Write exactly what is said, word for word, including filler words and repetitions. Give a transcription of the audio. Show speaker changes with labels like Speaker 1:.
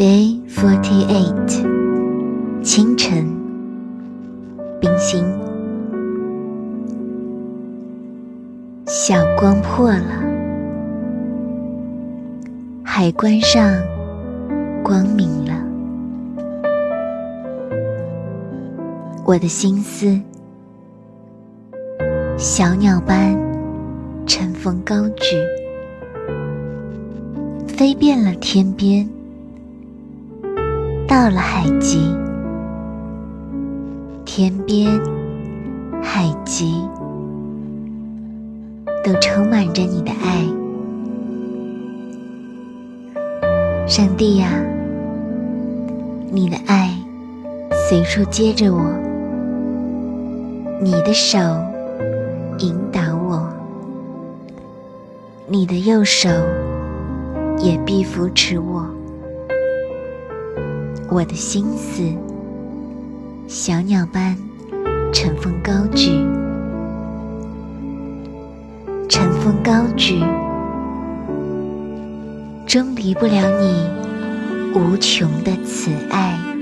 Speaker 1: Day forty-eight 清晨，冰心。小光破了，海关上光明了。我的心思小鸟般乘风高举，飞遍了天边，到了海极。天边海极都充满着你的爱。上帝呀，你的爱随处接着我，你的手引导我，你的右手也必扶持我。我的心思小鸟般乘风高举，乘风高举，终离不了你无穷的慈爱。